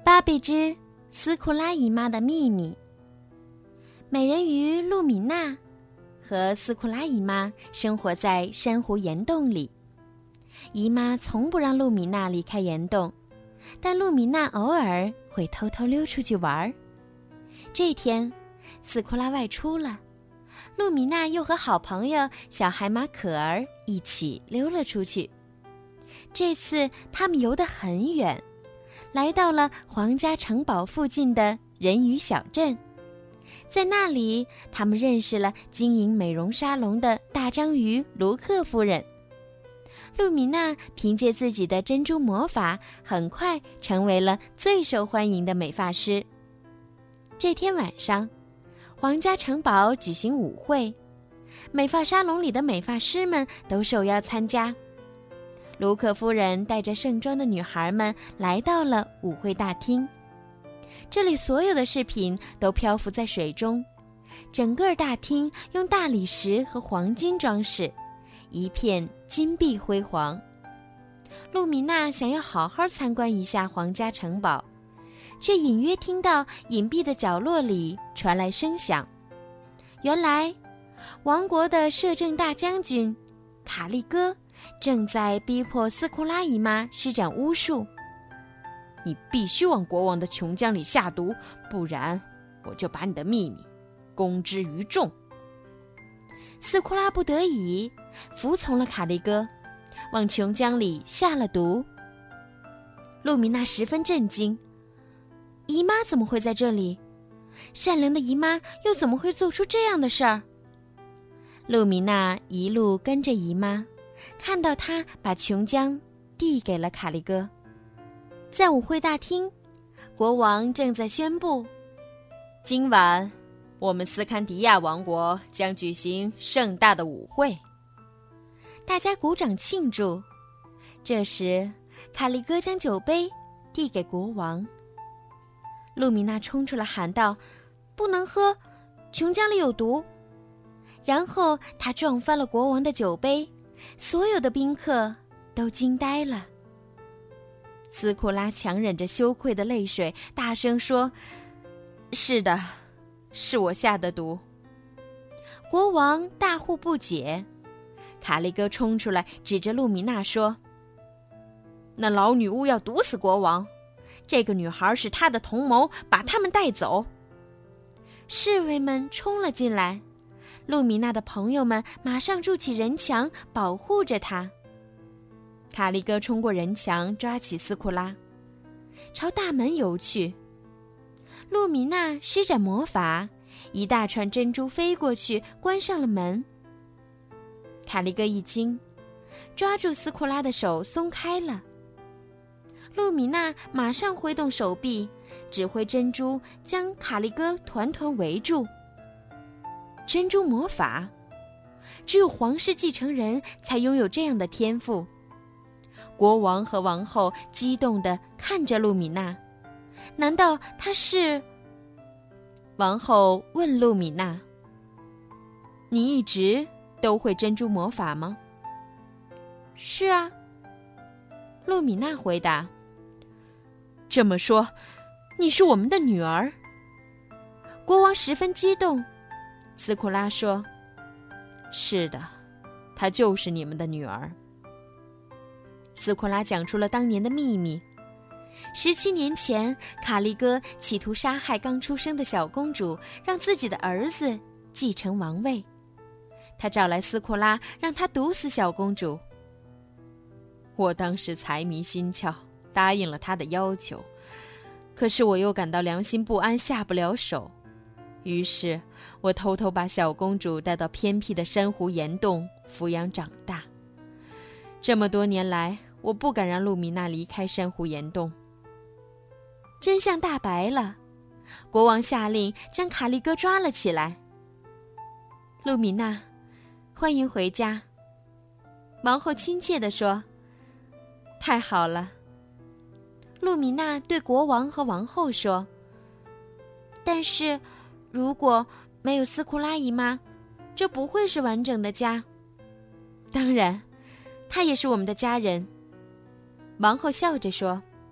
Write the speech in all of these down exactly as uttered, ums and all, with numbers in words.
巴贝之斯库拉姨妈的秘密。美人鱼露米娜和斯库拉姨妈生活在珊瑚岩洞里。姨妈从不让露米娜离开岩洞，但露米娜偶尔会偷偷溜出去玩。这天，斯库拉外出了，露米娜又和好朋友小海马可儿一起溜了出去。这次他们游得很远，来到了皇家城堡附近的人鱼小镇。在那里，他们认识了经营美容沙龙的大章鱼卢克夫人。露米娜凭借自己的珍珠魔法，很快成为了最受欢迎的美发师。这天晚上，皇家城堡举行舞会，美发沙龙里的美发师们都受邀参加。卢克夫人带着盛装的女孩们来到了舞会大厅，这里所有的饰品都漂浮在水中，整个大厅用大理石和黄金装饰，一片金碧辉煌。露米娜想要好好参观一下皇家城堡，却隐约听到隐蔽的角落里传来声响。原来，王国的摄政大将军卡利哥正在逼迫斯库拉姨妈施展巫术。你必须往国王的琼浆里下毒，不然我就把你的秘密公之于众。斯库拉不得已服从了卡利哥，往琼浆里下了毒。露米娜十分震惊，姨妈怎么会在这里？善良的姨妈又怎么会做出这样的事儿？露米娜一路跟着姨妈，看到她把琼浆递给了卡利哥。在舞会大厅，国王正在宣布，今晚我们斯堪迪亚王国将举行盛大的舞会。大家鼓掌庆祝。这时，卡利哥将酒杯递给国王。露米娜冲出来喊道：不能喝，琼浆里有毒。然后他撞翻了国王的酒杯，所有的宾客都惊呆了。斯库拉强忍着羞愧的泪水，大声说：是的，是我下的毒。国王大惑不解。卡利哥冲出来，指着露米娜说：那老女巫要毒死国王，这个女孩是她的同谋，把他们带走。侍卫们冲了进来，露米娜的朋友们马上筑起人墙，保护着她。卡利哥冲过人墙，抓起斯库拉，朝大门游去。露米娜施展魔法，一大串珍珠飞过去，关上了门。卡利哥一惊，抓住斯库拉的手松开了。露米娜马上挥动手臂，指挥珍珠将卡利哥团团围住。珍珠魔法，只有皇室继承人才拥有这样的天赋。国王和王后激动地看着露米娜，难道她是？王后问露米娜：你一直都会珍珠魔法吗？是啊，露米娜回答。这么说，你是我们的女儿？国王十分激动。斯库拉说：是的，她就是你们的女儿。斯库拉讲出了当年的秘密。十七年前，卡利哥企图杀害刚出生的小公主，让自己的儿子继承王位。他找来斯库拉，让他毒死小公主。我当时财迷心窍，答应了他的要求，可是我又感到良心不安，下不了手。于是我偷偷把小公主带到偏僻的珊瑚岩洞抚养长大。这么多年来，我不敢让露米娜离开珊瑚岩洞。真相大白了，国王下令将卡利哥抓了起来。露米娜，欢迎回家。王后亲切地说：太好了。露米娜对国王和王后说：但是如果没有斯库拉姨妈，这不会是完整的家。当然，她也是我们的家人。王后笑着说：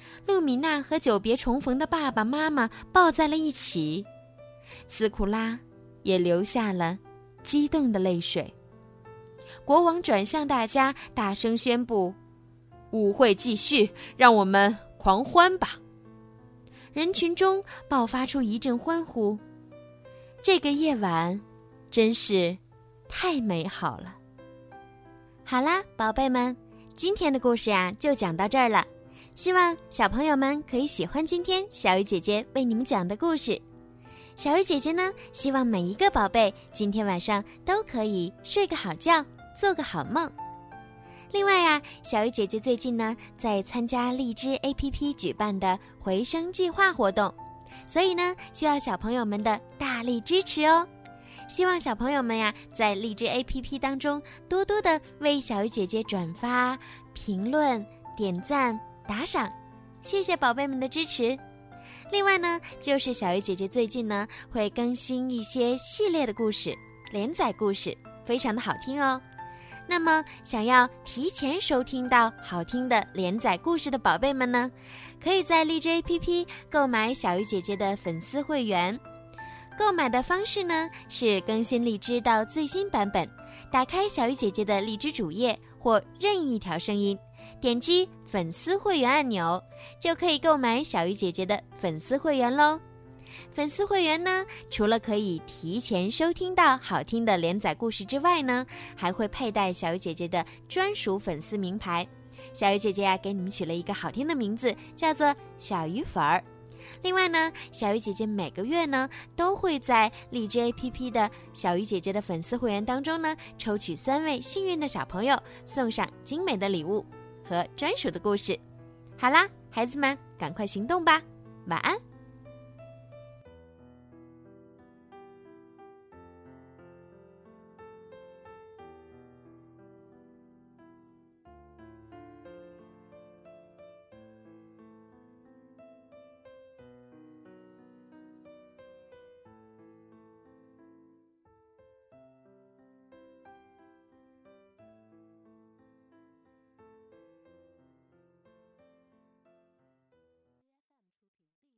露米娜和久别重逢的爸爸妈妈抱在了一起，斯库拉也流下了激动的泪水。国王转向大家，大声宣布：舞会继续，让我们狂欢吧！人群中爆发出一阵欢呼。这个夜晚真是太美好了。好啦，宝贝们，今天的故事呀，就讲到这儿了。希望小朋友们可以喜欢今天小鱼姐姐为你们讲的故事。小鱼姐姐呢，希望每一个宝贝今天晚上都可以睡个好觉，做个好梦。另外啊，小鱼姐姐最近呢在参加荔枝 A P P 举办的回声计划活动，所以呢需要小朋友们的大力支持哦。希望小朋友们呀，在荔枝 A P P 当中多多的为小鱼姐姐转发、评论、点赞、打赏，谢谢宝贝们的支持。另外呢，就是小鱼姐姐最近呢会更新一些系列的故事，连载故事，非常的好听哦。那么想要提前收听到好听的连载故事的宝贝们呢，可以在荔枝 A P P 购买小鱼姐姐的粉丝会员。购买的方式呢是更新荔枝到最新版本，打开小鱼姐姐的荔枝主页或任意一条声音，点击粉丝会员按钮，就可以购买小鱼姐姐的粉丝会员咯。粉丝会员呢，除了可以提前收听到好听的连载故事之外呢，还会佩戴小鱼姐姐的专属粉丝名牌。小鱼姐姐呀，给你们取了一个好听的名字，叫做小鱼粉儿。另外呢，小鱼姐姐每个月呢都会在荔枝 A P P 的小鱼姐姐的粉丝会员当中呢，抽取三位幸运的小朋友，送上精美的礼物和专属的故事。好啦，孩子们，赶快行动吧，晚安。